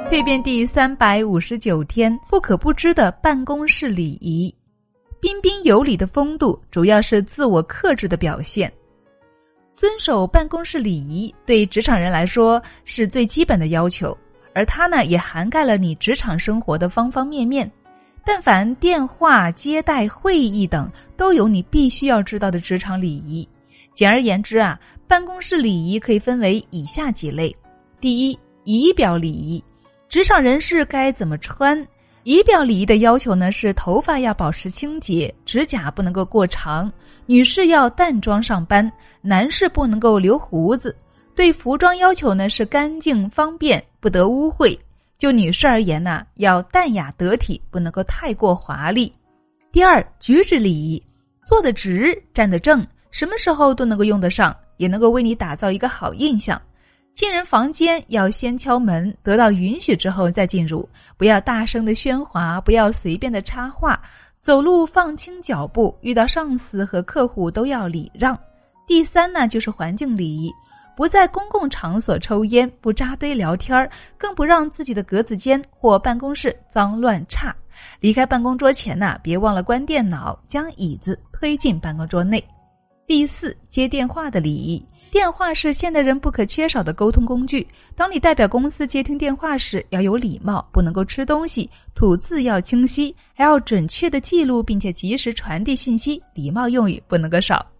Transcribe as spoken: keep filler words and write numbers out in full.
蜕变第三百五十九天，不可不知的办公室礼仪。彬彬有礼的风度主要是自我克制的表现。遵守办公室礼仪对职场人来说是最基本的要求，而它呢也涵盖了你职场生活的方方面面。但凡电话、接待、会议等都有你必须要知道的职场礼仪。简而言之啊，办公室礼仪可以分为以下几类。第一，仪表礼仪。职场人士该怎么穿？仪表礼仪的要求呢是头发要保持清洁，指甲不能够过长，女士要淡妆上班，男士不能够留胡子。对服装要求呢是干净方便，不得污秽。就女士而言呢，要淡雅得体，不能够太过华丽。第二，举止礼仪。坐得直，站得正，什么时候都能够用得上，也能够为你打造一个好印象。进人房间要先敲门，得到允许之后再进入，不要大声的喧哗，不要随便的插话，走路放轻脚步，遇到上司和客户都要礼让。第三呢，就是环境礼仪，不在公共场所抽烟，不扎堆聊天，更不让自己的格子间或办公室脏乱差。离开办公桌前呢，别忘了关电脑，将椅子推进办公桌内。第四，接电话的礼仪。电话是现代人不可缺少的沟通工具。当你代表公司接听电话时，要有礼貌，不能够吃东西，吐字要清晰，还要准确的记录并且及时传递信息，礼貌用语不能够少。